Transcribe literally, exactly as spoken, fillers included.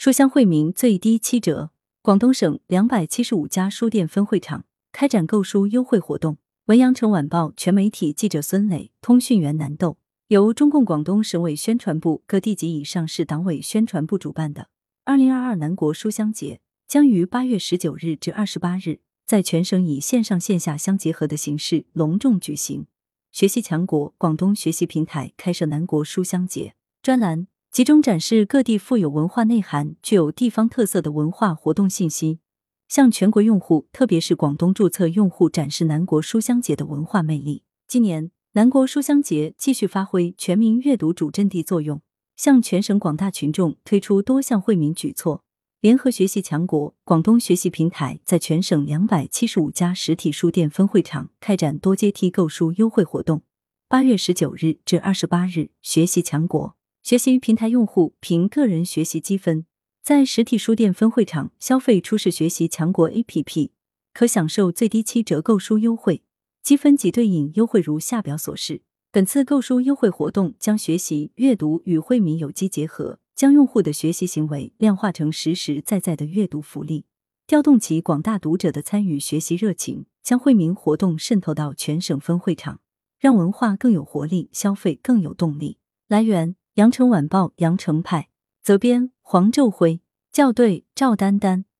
书香惠民最低七折，广东省两百七十五家书店分会场开展购书优惠活动。文阳城晚报全媒体记者孙磊，通讯员南豆。由中共广东省委宣传部各地级以上市党委宣传部主办的二零二二南国书香节将于八月十九日至二十八日在全省以线上线下相结合的形式隆重举行。学习强国广东学习平台开设南国书香节专栏，集中展示各地富有文化内涵、具有地方特色的文化活动信息，向全国用户，特别是广东注册用户展示南国书香节的文化魅力。今年，南国书香节继续发挥全民阅读主阵地作用，向全省广大群众推出多项惠民举措。联合学习强国广东学习平台在全省两百七十五家实体书店分会场开展多阶梯购书优惠活动。八月十九日至二十八日，学习强国学习平台用户凭个人学习积分，在实体书店分会场消费出示学习强国 A P P， 可享受最低七折购书优惠，积分及对应优惠如下表所示。本次购书优惠活动将学习、阅读与惠民有机结合，将用户的学习行为量化成实实在在的阅读福利，调动起广大读者的参与学习热情，将惠民活动渗透到全省分会场，让文化更有活力，消费更有动力。来源：羊城晚报羊城派，责编：黄昼辉，校对：赵丹丹。